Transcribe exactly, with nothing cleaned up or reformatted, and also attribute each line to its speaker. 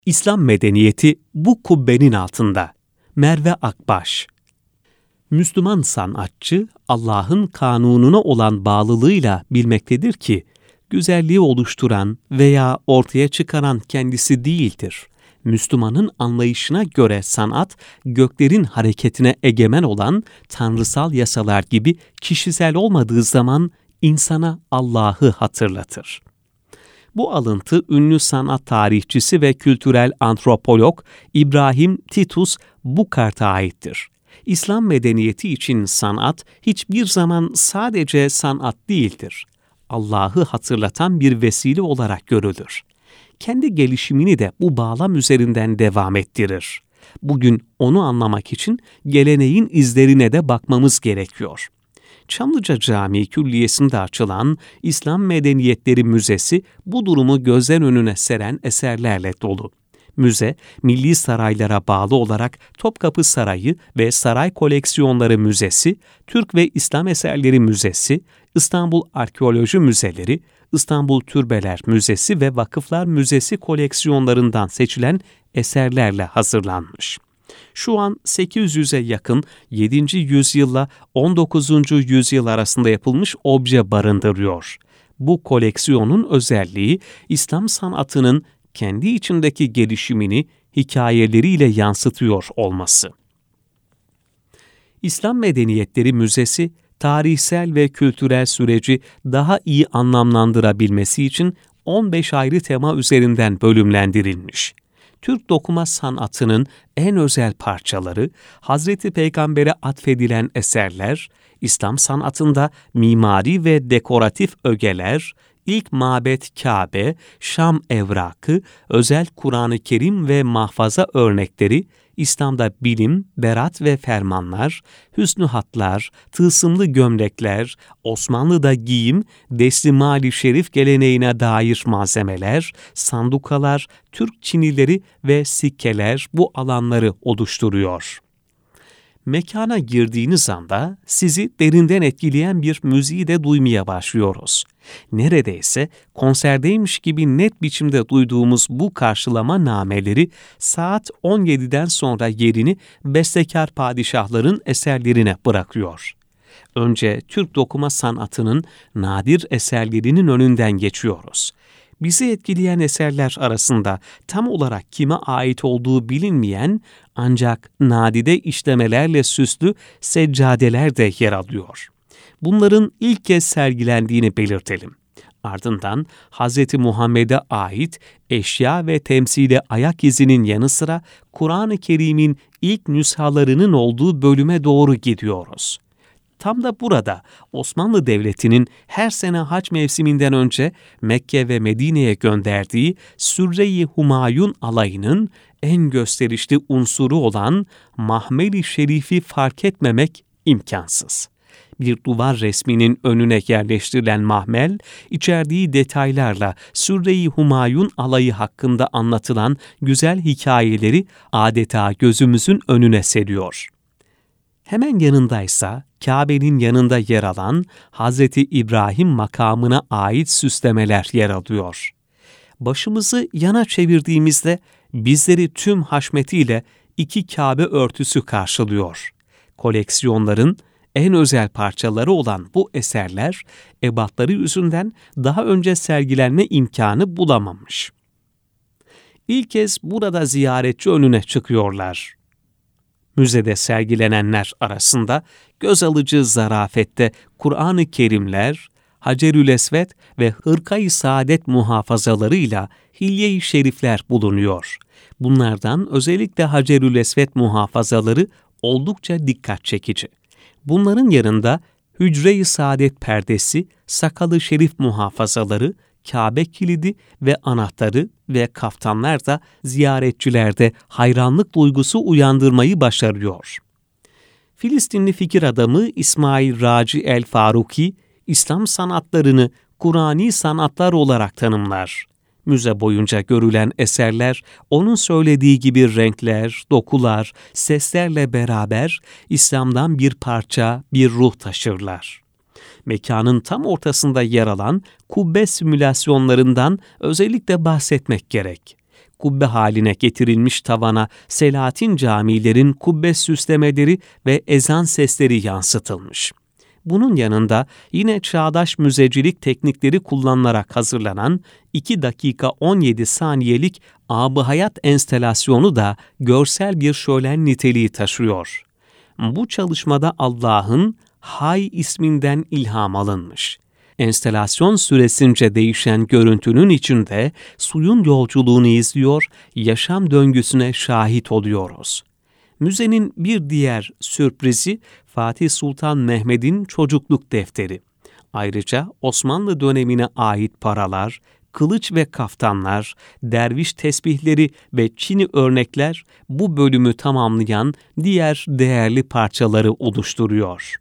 Speaker 1: İslam medeniyeti bu kubbenin altında. Merve Akbaş. Müslüman sanatçı, Allah'ın kanununa olan bağlılığıyla bilmektedir ki, güzelliği oluşturan veya ortaya çıkaran kendisi değildir. Müslümanın anlayışına göre sanat, göklerin hareketine egemen olan tanrısal yasalar gibi kişisel olmadığı zaman insana Allah'ı hatırlatır. Bu alıntı ünlü sanat tarihçisi ve kültürel antropolog İbrahim Titus Bukart'a aittir. İslam medeniyeti için sanat hiçbir zaman sadece sanat değildir. Allah'ı hatırlatan bir vesile olarak görülür. Kendi gelişimini de bu bağlam üzerinden devam ettirir. Bugün onu anlamak için geleneğin izlerine de bakmamız gerekiyor. Çamlıca Camii Külliyesi'nde açılan İslam Medeniyetleri Müzesi bu durumu gözler önüne seren eserlerle dolu. Müze, milli saraylara bağlı olarak Topkapı Sarayı ve Saray Koleksiyonları Müzesi, Türk ve İslam Eserleri Müzesi, İstanbul Arkeoloji Müzeleri, İstanbul Türbeler Müzesi ve Vakıflar Müzesi koleksiyonlarından seçilen eserlerle hazırlanmış. Şu an sekiz yüze yakın yedinci yüzyılla on dokuzuncu yüzyıl arasında yapılmış obje barındırıyor. Bu koleksiyonun özelliği İslam sanatının kendi içindeki gelişimini hikayeleriyle yansıtıyor olması. İslam Medeniyetleri Müzesi, tarihsel ve kültürel süreci daha iyi anlamlandırabilmesi için on beş ayrı tema üzerinden bölümlendirilmiş. Türk dokuma sanatının en özel parçaları, Hazreti Peygamber'e atfedilen eserler, İslam sanatında mimari ve dekoratif ögeler, ilk mabet Kabe, Şam evrakı, özel Kur'an-ı Kerim ve mahfaza örnekleri, İslam'da bilim, berat ve fermanlar, hüsnü hatlar, tılsımlı gömlekler, Osmanlı'da giyim, deslimali şerif geleneğine dair malzemeler, sandukalar, Türk çinileri ve sikkeler bu alanları oluşturuyor. Mekana girdiğiniz anda sizi derinden etkileyen bir müziği de duymaya başlıyoruz. Neredeyse konserdeymiş gibi net biçimde duyduğumuz bu karşılama nameleri saat on yediden sonra yerini bestekar padişahların eserlerine bırakıyor. Önce Türk dokuma sanatının nadir eserlerinin önünden geçiyoruz. Bizi etkileyen eserler arasında tam olarak kime ait olduğu bilinmeyen ancak nadide işlemelerle süslü seccadeler de yer alıyor. Bunların ilk kez sergilendiğini belirtelim. Ardından Hz. Muhammed'e ait eşya ve temsile ayak izinin yanı sıra Kur'an-ı Kerim'in ilk nüshalarının olduğu bölüme doğru gidiyoruz. Tam da burada Osmanlı Devleti'nin her sene hac mevsiminden önce Mekke ve Medine'ye gönderdiği Sürre-i Humayun alayının en gösterişli unsuru olan Mahmel-i Şerif'i fark etmemek imkansız. Bir duvar resminin önüne yerleştirilen mahmel, içerdiği detaylarla Sürre-i Humayun alayı hakkında anlatılan güzel hikayeleri adeta gözümüzün önüne seriyor. Hemen yanındaysa Kabe'nin yanında yer alan Hazreti İbrahim makamına ait süslemeler yer alıyor. Başımızı yana çevirdiğimizde bizleri tüm haşmetiyle iki Kabe örtüsü karşılıyor. Koleksiyonların en özel parçaları olan bu eserler ebatları yüzünden daha önce sergilenme imkanı bulamamış. İlk kez burada ziyaretçi önüne çıkıyorlar. Müzede sergilenenler arasında göz alıcı zarafette Kur'an-ı Kerimler, Hacerül-Esved ve Hırka-i Saadet muhafazalarıyla Hilye-i Şerifler bulunuyor. Bunlardan özellikle Hacerül-Esved muhafazaları oldukça dikkat çekici. Bunların yanında Hücre-i Saadet perdesi, Sakalı Şerif muhafazaları, Kabe kilidi ve anahtarı ve kaftanlar da ziyaretçilerde hayranlık duygusu uyandırmayı başarıyor. Filistinli fikir adamı İsmail Raci el-Faruki, İslam sanatlarını Kur'ani sanatlar olarak tanımlar. Müze boyunca görülen eserler, onun söylediği gibi renkler, dokular, seslerle beraber İslam'dan bir parça, bir ruh taşırlar. Mekanın tam ortasında yer alan kubbe simülasyonlarından özellikle bahsetmek gerek. kubbe haline getirilmiş tavana Selahattin camilerin kubbe süslemeleri ve ezan sesleri yansıtılmış. Bunun yanında yine çağdaş müzecilik teknikleri kullanılarak hazırlanan iki dakika on yedi saniyelik Ab-ı Hayat enstelasyonu da görsel bir şölen niteliği taşıyor. Bu çalışmada Allah'ın Hay isminden ilham alınmış. Enstelasyon süresince değişen görüntünün içinde suyun yolculuğunu izliyor, yaşam döngüsüne şahit oluyoruz. Müzenin bir diğer sürprizi Fatih Sultan Mehmet'in çocukluk defteri. Ayrıca Osmanlı dönemine ait paralar, kılıç ve kaftanlar, derviş tesbihleri ve Çini örnekler bu bölümü tamamlayan diğer değerli parçaları oluşturuyor.